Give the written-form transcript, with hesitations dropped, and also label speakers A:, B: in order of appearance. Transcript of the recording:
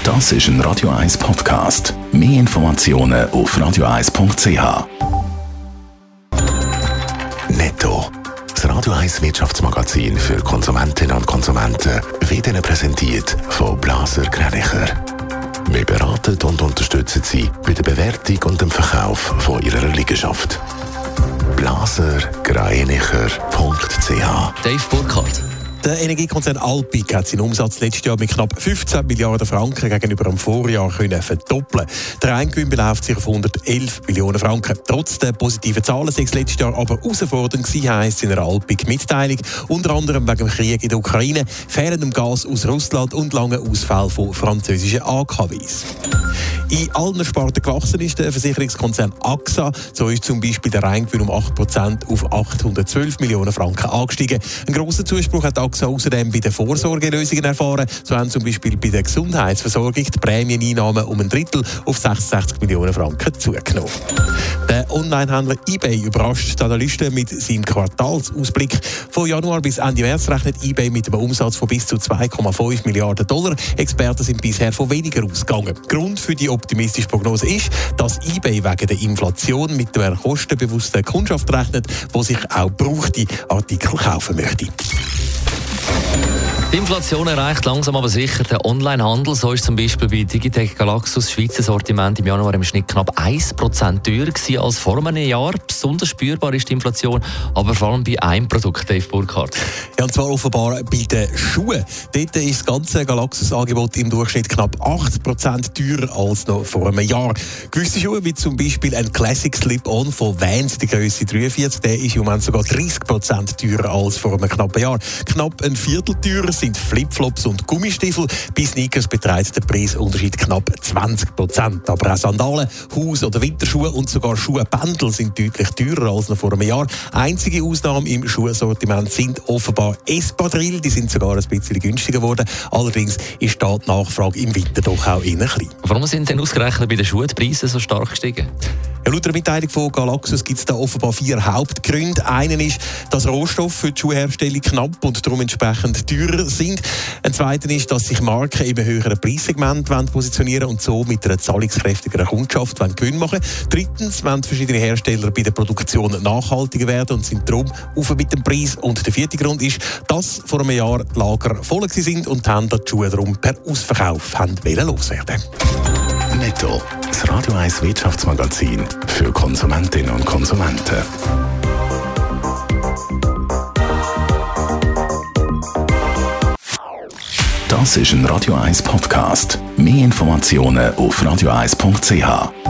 A: Das ist ein Radio 1 Podcast. Mehr Informationen auf radio1.ch. Netto. Das Radio 1 Wirtschaftsmagazin für Konsumentinnen und Konsumenten wird Ihnen präsentiert von Blaser Greinicher. Wir beraten und unterstützen Sie bei der Bewertung und dem Verkauf von Ihrer Liegenschaft. blasergreinicher.ch.
B: Dave Burkhardt.
C: Der Energiekonzern Alpiq hat seinen Umsatz letztes Jahr mit knapp 15 Milliarden Franken gegenüber dem Vorjahr verdoppeln. Der Reingewinn beläuft sich auf 111 Millionen Franken. Trotz der positiven Zahlen sei es letztes Jahr aber herausfordernd gewesen, heisst in einer Alpiq-Mitteilung. Unter anderem wegen dem Krieg in der Ukraine, fehlendem Gas aus Russland und langen Ausfall von französischen AKWs. In allen Sparten gewachsen ist der Versicherungskonzern AXA. So ist zum Beispiel der Reingewinn um 8% auf 812 Millionen Franken angestiegen. Ein grosser Zuspruch hat AXA außerdem bei den Vorsorgelösungen erfahren. So haben zum Beispiel bei der Gesundheitsversorgung die Prämieneinnahmen um ein Drittel auf 66 Millionen Franken zugenommen. Der Onlinehändler eBay überrascht die Analysten mit seinem Quartalsausblick. Von Januar bis Ende März rechnet eBay mit einem Umsatz von bis zu 2,5 Milliarden $. Experten sind bisher von weniger ausgegangen. Grund für die optimistische Prognose ist, dass eBay wegen der Inflation mit einer kostenbewussten Kundschaft rechnet, die sich auch gebrauchte Artikel kaufen möchte.
B: Die Inflation erreicht langsam aber sicher den Onlinehandel. So ist zum Beispiel bei Digitec Galaxus Schweizer Sortiment im Januar im Schnitt knapp 1% teurer gewesen als vor einem Jahr. Besonders spürbar ist die Inflation, aber vor allem bei einem Produkt, Dave Burkhardt.
C: Ja, und zwar offenbar bei den Schuhen. Dort ist das ganze Galaxus-Angebot im Durchschnitt knapp 8% teurer als noch vor einem Jahr. Gewisse Schuhe, wie zum Beispiel ein Classic Slip-On von Vans, die Grösse 43, der ist im Moment sogar 30% teurer als vor einem knappen Jahr. Knapp ein Viertel teurer sind Flipflops und Gummistiefel. Bei Sneakers beträgt der Preisunterschied knapp 20%. Aber auch Sandalen, Haus- oder Winterschuhe und sogar Schuhbändel sind deutlich teurer als noch vor einem Jahr. Einzige Ausnahmen im Schuhsortiment sind offenbar Espadrille. Die sind sogar ein bisschen günstiger geworden. Allerdings ist da die Nachfrage im Winter doch auch eher klein.
B: Warum sind denn ausgerechnet bei den Schuhen die Preise so stark gestiegen?
C: Ja, laut der Mitteilung von Galaxus gibt es da offenbar 4 Hauptgründe. Einer ist, dass Rohstoffe für die Schuhherstellung knapp und darum entsprechend teurer sind. Ein zweiter ist, dass sich Marken im höheren Preissegment positionieren und so mit einer zahlungskräftigeren Kundschaft Gewinn machen. Drittens wollen verschiedene Hersteller bei der Produktion nachhaltiger werden und sind darum auf mit dem Preis. Und der vierte Grund ist, dass vor einem Jahr die Lager voll waren und die Händler die Schuhe darum per Ausverkauf loswerden.
A: Netto. Das Radio 1 Wirtschaftsmagazin für Konsumentinnen und Konsumenten. Das ist ein Radio 1 Podcast. Mehr Informationen auf radio1.ch.